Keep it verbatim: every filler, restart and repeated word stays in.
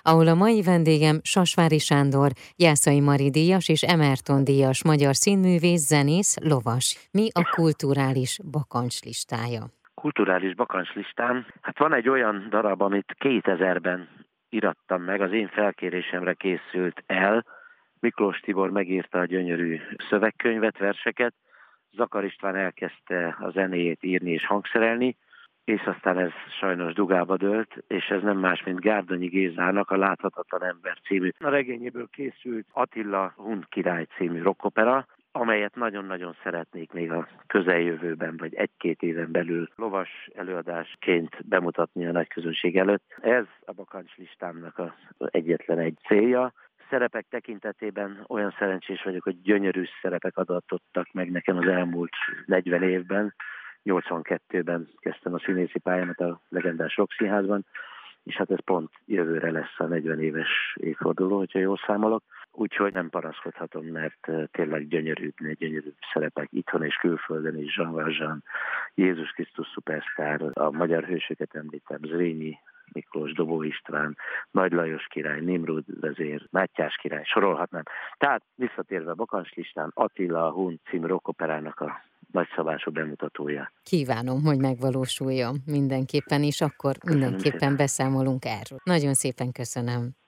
ahol a mai vendégem Sasvári Sándor, Jászai Mari díjas és Emerton díjas magyar színművész, zenész, lovas. Mi a kulturális bakancs listája? Kulturális bakancslistám. Hát van egy olyan darab, amit kétezerben irattam meg, az én felkérésemre készült el. Miklós Tibor megírta a gyönyörű szövegkönyvet, verseket, Zakar István elkezdte a zenéjét írni és hangszerelni, és aztán ez sajnos dugába dőlt, és ez nem más, mint Gárdonyi Gézának a Láthatatlan ember című a regényéből készült Attila Hun király című rockopera, amelyet nagyon-nagyon szeretnék még a közeljövőben, vagy egy-két éven belül lovas előadásként bemutatni a nagy közönség előtt. Ez a bakancs listámnak az egyetlen egy célja. Szerepek tekintetében olyan szerencsés vagyok, hogy gyönyörű szerepek adatottak meg nekem az elmúlt negyven évben. nyolcvankettőben kezdtem a színészi pályámat a legendás Rockszínházban, és hát ez pont jövőre lesz a negyven éves évforduló, hogyha jól számolok. Úgyhogy nem panaszkodhatom, mert tényleg gyönyörű, gyönyörű szerepek itthon és külföldön is, Jean Valjean, Jézus Krisztus szupersztár, a magyar hősöket említem, Zrínyi Miklós, Dobó István, Nagy Lajos király, Nimrud vezér, Mátyás király, sorolhatnám. Tehát visszatérve a bakancslistán, Attila Hun című rockoperának a nagyszabású bemutatója. Kívánom, hogy megvalósuljon mindenképpen, és akkor Köszönöm mindenképpen szépen. beszámolunk erről. Nagyon szépen köszönöm.